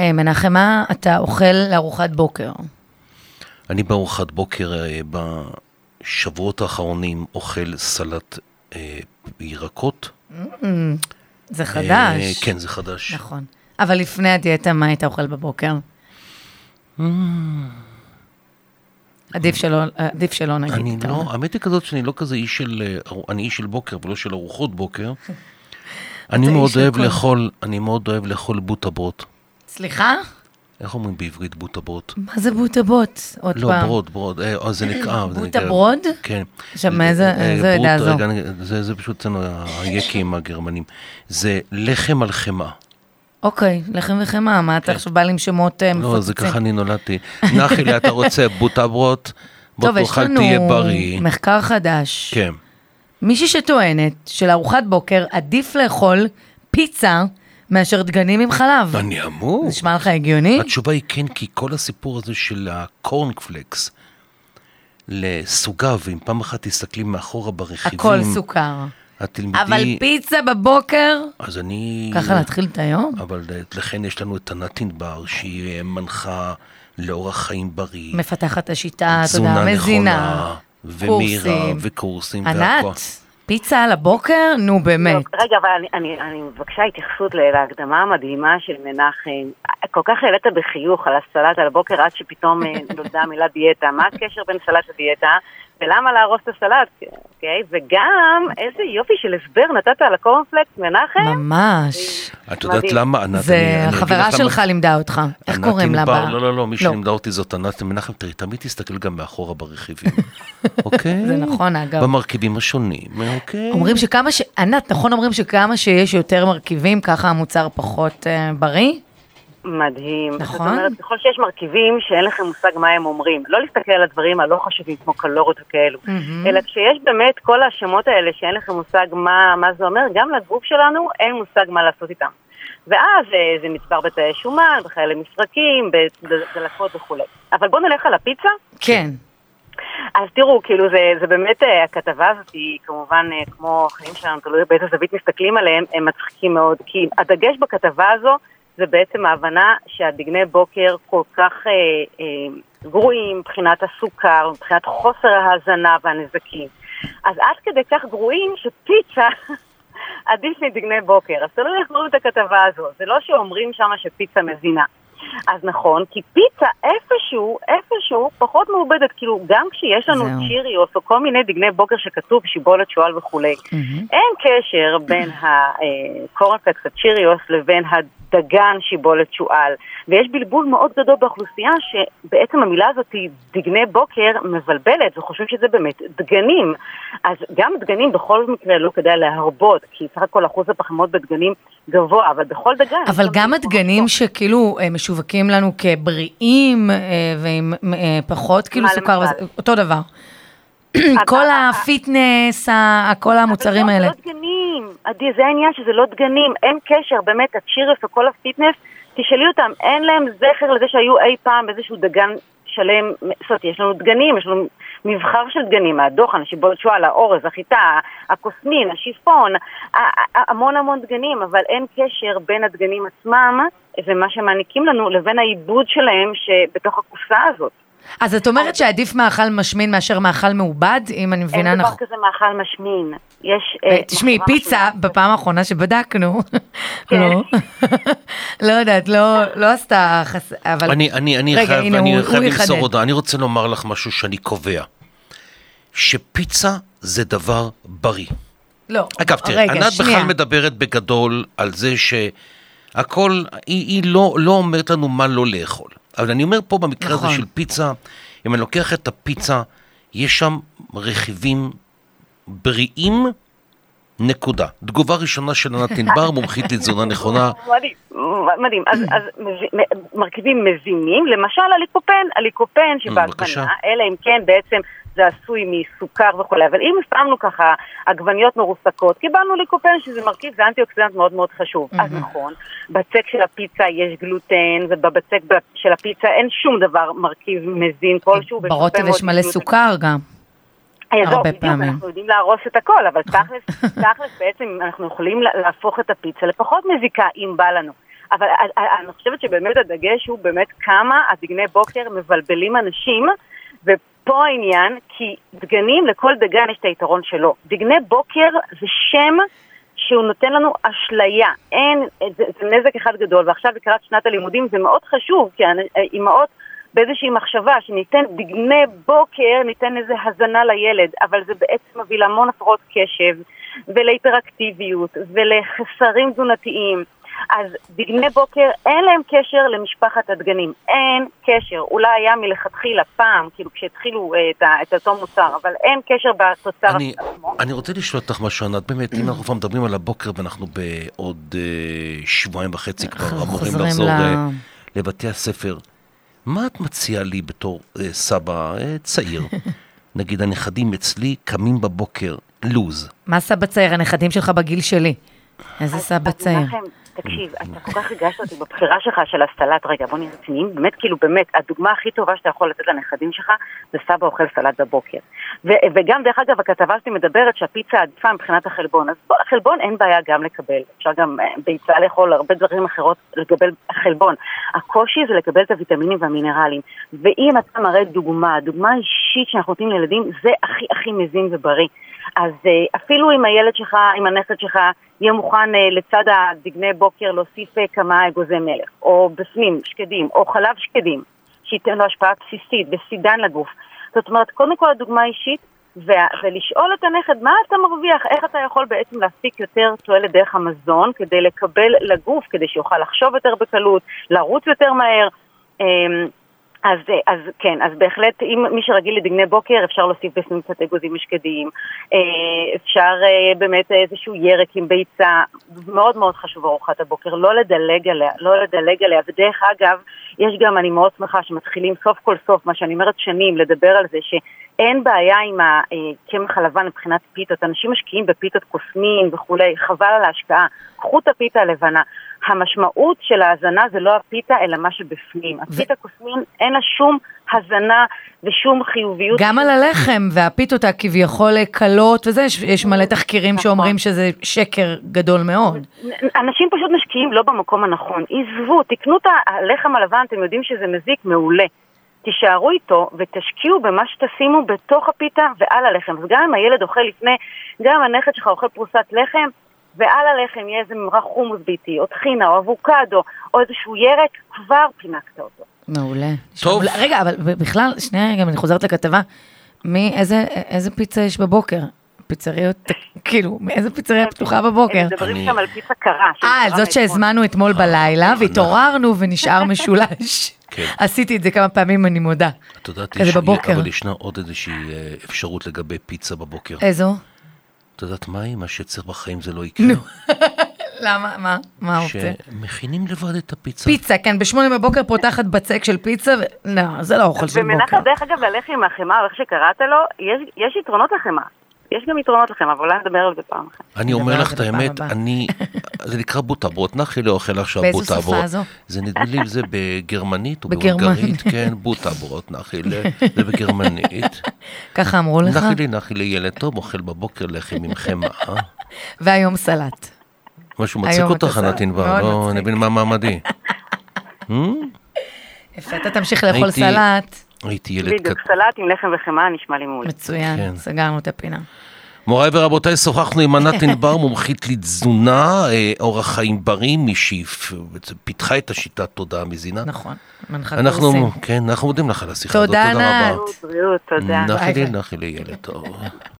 מנחם, מה אתה אוכל לארוחת בוקר? אני בארוחת בוקר בשבועות האחרונים אוכל סלט ירקות. זה חדש. כן, זה חדש. נכון. אבל לפני הדיאטה, מה היית אוכל בבוקר? עדיף שלא נגיד. אני לא, האמת היא כזאת שאני לא כזה אני איש של בוקר ולא של ארוחות בוקר. אני מאוד אוהב לאכול בוטברות. סליחה? איך אומרים בעברית בוטברות? מה זה בוטברות? עוד פעם. לא, ברוד. זה נקרא. בוטברוד? כן. עכשיו, איזה עדה זו? זה פשוט אצלנו היקים הגרמנים. זה לחם על חמאה. אוקיי, לחם וחמאה, מה אתה עכשיו בא עם שמות מפוצצים? לא, זה ככה אני נולדתי. נחי, אתה רוצה בוטברות? טוב, יש לנו מחקר חדש. כן. מישהי שטוענת שלארוחת בוקר עדיף לאכול פיצה מאשר דגנים עם חלב. אני אמור. זה נשמע לך הגיוני? התשובה היא כן, כי כל הסיפור הזה של הקורנפלקס לסוגיו, אם פעם אחת תסתכלים מאחורה ברכיבים. הכל סוכר. התלמידי... אבל פיצה בבוקר? אז אני... ככה להתחיל את היום? אבל לכן יש לנו את ענת ענבר, שהיא מנחה לאורח חיים בריא. מפתחת השיטה, תודה, מזינה, ומהירה, וקורסים והכל. ענת, פיצה על הבוקר? נו באמת. רגע, אבל אני מבקשה התייחסות להקדמה המדהימה של מנחם. כל כך העלית בחיוך על הסלט על הבוקר, עד שפתאום נולדה המילה דיאטה. מה הקשר בין סלט לדיאטה? ולמה להרוס את הסלט? אוקיי? וגם איזה יופי של הסבר נתת על הקורנפלקס, מנחם? ממש. את יודעת למה, ענת? זה החברה שלך לימדה אותך. איך קוראים לה? לא, מי שלימדה אותי זאת ענת. מנחם, תמיד תסתכל גם מאחורה ברכיבים. אוקיי? זה נכון, אגב. במרכיבים השונים, אוקיי? אומרים ענת, נכון אומרים שכמה שיש יותר מרכיבים, ככה המוצר פחות בריא? מדהים. נכון. זאת אומרת, ככל שיש מרכיבים שאין לכם מושג מה הם אומרים, לא להסתכל על הדברים הלא חשובים כמו קלוריות וכאלו, אלא כשיש באמת כל השמות האלה שאין לכם מושג מה זה אומר, גם לגוף שלנו אין מושג מה לעשות איתם. ואז זה נצבר בתאי שומן, בחיילי מפרקים, בדלקות וכו'. אבל בואו נלך על הפיצה. כן. אז תראו, כאילו זה באמת, הכתבה הזאת היא כמובן כמו החיים שלנו, תלוי בית הזווית מסתכלים עליהם, הם מצחיקים מאוד, כי הדגש בכתבה הזו, זה בעצם ההבנה שהדגני בוקר כל כך גרועים מבחינת הסוכר, מבחינת חוסר ההזנה והנזקים. אז עד כדי כך גרועים שפיצה עדיף מדגני בוקר. אז תלוי איך קוראים את הכתבה הזו. זה לא שאומרים שם שפיצה מזינה. אז נכון, כי פיצה איפשהו פחות מעובדת, כאילו גם כשיש לנו צ'יריוס או כל מיני דגני בוקר שכתוב שיבולת שואל וכולי, אין קשר בין הקורנפלקס הצ'יריוס לבין דגן שיבולת שואל, ויש בלבול מאוד גדול באוכלוסייה שבעצם המילה הזאת היא דגני בוקר מבלבלת, וחושבים שזה באמת דגנים. אז גם דגנים בכל מקרה לא כדאי להרבות, כי סך הכל אחוז הפחמות בדגנים גבוה, אבל בכל דגן... אבל גם הדגנים שכאילו משווקים לנו כבריאים ועם פחות כאילו סוכר, אותו דבר. כל הפיטנס, כל המוצרים האלה. זה לא דגנים, זה העניין שזה לא דגנים, אין קשר, באמת, הצ'ירס או כל הפיטנס, תשאלי אותם, אין להם זכר לזה שהיו אי פעם איזשהו דגן שלם, זאת אומרת, יש לנו דגנים, יש לנו מבחר של דגנים, הדוחן, השיבולת שואל, האורז, החיטה, הקוסמין, השיפון, המון דגנים, אבל אין קשר בין הדגנים עצמם, ומה שמעניקים לנו, לבין העיבוד שלהם שבתוך הקופסה הזאת. אז את אומרת שעדיף מאכל משמין מאשר מאכל מעובד, אם אני מבינה נכון. אין דבר כזה מאכל משמין. תשמעי, פיצה, בפעם האחרונה שבדקנו, לא יודעת, לא עשתה אבל... אני חייב למסור עוד, אני רוצה לומר לך משהו שאני קובע, שפיצה זה דבר בריא. לא, אגב, תראה, ענת בכלל מדברת בגדול על זה שהכל, היא לא אומרת לנו מה לא לאכול. אבל אני אומר פה במקרה הזה של פיצה, אם אני לוקח את הפיצה, יש שם רכיבים בריאים, נקודה. תגובה ראשונה של ענת ענבר, מומחית לתזונה נכונה. מדהים. אז מרכיבים מזינים, למשל הליקופן שבעגבניה, אלא אם כן בעצם זה עשוי מסוכר וכו'. אבל אם הפעמנו ככה עגבניות מרוסקות, קיבלנו ליקופן שזה מרכיב, זה אנטי-אוקסידנט מאוד מאוד חשוב. אז נכון, בצק של הפיצה יש גלוטן, ובבצק של הפיצה אין שום דבר מרכיב מזין כלשהו. ברוטב יש מלא סוכר גם. הרבה פעמים. אנחנו יודעים להרוס את הכל, אבל תכלס בעצם אנחנו יכולים להפוך את הפיצה לפחות מזיקה אם בא לנו. אבל אני חושבת שבאמת הדגש הוא באמת כמה הדגני בוקר מבלבלים אנשים, ופה העניין, כי דגנים, לכל דגן יש את היתרון שלו. דגני בוקר זה שם שהוא נותן לנו אשליה, זה נזק אחד גדול, ועכשיו לקראת שנת הלימודים זה מאוד חשוב, כי האימהות באיזושהי מחשבה שניתן דגני בוקר, ניתן איזה הזנה לילד, אבל זה בעצם מביא להמון הפרעות קשב, ולהיפראקטיביות, ולחסרים תזונתיים. אז דגני בוקר אין להם קשר למשפחת הדגנים, אין קשר, אולי היה מלכתחילה פעם, כאילו כשהתחילו את אותו מוצר, אבל אין קשר בתוצר עצמו. אני רוצה לשאול אותך משהו, ענת, באמת, אם אנחנו מדברים על הבוקר, ואנחנו בעוד 2.5 שבועות כבר אמורים לחזור לבתי הספר, מה את מציעה לי בתור סבא צעיר? נגיד, הנכדים אצלי קמים בבוקר, לוז. מה סבא צעיר? הנכדים שלך בגיל שלי. איזה סבא צעיר? תקשיב, אתה כל כך ריגשת אותי בבחירה שלך של הסלט, רגע, בוא נהיה רציניים, באמת, כאילו, באמת, הדוגמה הכי טובה שאתה יכול לתת לנכדים שלך, זה סבא אוכל סלט בבוקר. וגם, דרך אגב, הכתבה שלי מדברת שהפיצה עדיפה מבחינת החלבון, אז החלבון אין בעיה גם לקבל, אפשר גם ביצה לאכול הרבה דברים אחרות לקבל חלבון. הקושי זה לקבל את הוויטמינים והמינרלים, ואם אתה מראה דוגמה אישית שאנחנו נותנים לילדים, זה הכי הכי מזין ובריא. אז אפילו אם הילד שלך, אם הנכד שלך יהיה מוכן לצד הדגני בוקר להוסיף כמה אגוזי מלך, או בפנים שקדים, או חלב שקדים, שייתן לו השפעה בסיסית וסידן לגוף. זאת אומרת, קודם כל הדוגמה אישית, ולשאול את הנכד, מה אתה מרוויח? איך אתה יכול בעצם להפיק יותר תועלת דרך המזון, כדי לקבל לגוף, כדי שיוכל לחשוב יותר בקלות, לרוץ יותר מהר. אז כן, אז בהחלט, אם מי שרגיל לדגני בוקר, אפשר להוסיף בפנים קצת אגוזים משקדיים, אפשר באמת איזשהו ירק עם ביצה, מאוד מאוד חשוב ארוחת הבוקר, לא לדלג עליה, ודרך אגב, יש גם, אני מאוד שמחה שמתחילים סוף כל סוף, מה שאני אומרת שנים, לדבר על זה שאין בעיה עם הקמח הלבן מבחינת פיתות, אנשים משקיעים בפיתות קוסמים וכולי, חבל על ההשקעה, קחו את הפיתה הלבנה, המשמעות של ההזנה זה לא הפיתה, אלא מה שבפנים. הפיתה קוסמין אין לה שום הזנה ושום חיוביות. גם על הלחם והפיתות הכביכול קלות וזה, יש מלא תחקירים שאומרים שזה שקר גדול מאוד. אנשים פשוט משקיעים לא במקום הנכון. עזבו, תקנו את הלחם הלבן, אתם יודעים שזה מזיק מעולה. תישארו איתו ותשקיעו במה שתשימו בתוך הפיתה ועל הלחם. אז גם אם הילד אוכל לפני, גם הנכד שלך אוכל פרוסת לחם, ועל הלחם יהיה איזה ממרח חומוס ביתי, או טחינה, או אבוקדו, או איזשהו ירק, כבר פינקת אותו. מעולה. טוב. רגע, אבל בכלל, שנייה רגע, אני חוזרת לכתבה, איזה פיצה יש בבוקר? פיצריות, כאילו, איזה פיצריה פתוחה בבוקר? הם מדברים שם על פיצה קרה. זאת שהזמנו אתמול בלילה, והתעוררנו ונשאר משולש. עשיתי את זה כמה פעמים, אני מודה. את יודעת, אבל ישנה עוד איזושהי אפשרות לגבי פיצה בבוקר. איזו? את יודעת מה שצריך בחיים זה לא יקרה. למה? מה האופציה? שמכינים לבד את הפיצה. פיצה, כן, ב8 בבוקר פותחת בצק של פיצה, לא, זה לא אוכל של בוקר. ומנחת דרך אגב ללכת עם החמה, או איך שקראת לו, יש יתרונות לחמה. יש גם יתרונות לחמה, אבל אולי נדבר על זה פעם אחת. אני אומר לך את האמת, זה נקרא בוטברוט, נחי לא אוכל עכשיו בוטברוט. באיזו שפה זו? זה נדמה לי, זה בגרמנית או בבולגרית, כן, בוטברוט, נחי, זה בגרמנית. ככה אמרו לך? נחי לילד טוב, אוכל בבוקר לחם עם חמה. והיום סלט. משהו מצחיק אותך, נתין כבר, לא נבין מה מעמדי. יפה, אתה תמשיך לאכול סלט. הייתי ילד בדיוק, סלט עם לחם וחמה נשמע לי מעולה. מצוין, סגרנו את הפינה. מוריי ורבותיי, שוחחנו עם ענת ענבר, מומחית לתזונה, אורח חיים בריא, פיתחה את השיטת תודעה מזינה. נכון, מנחת קורסים. כן, אנחנו מודים לך על השיחה הזאת, תודה ענת. בריאות, תודה. נחי לי ילד טוב.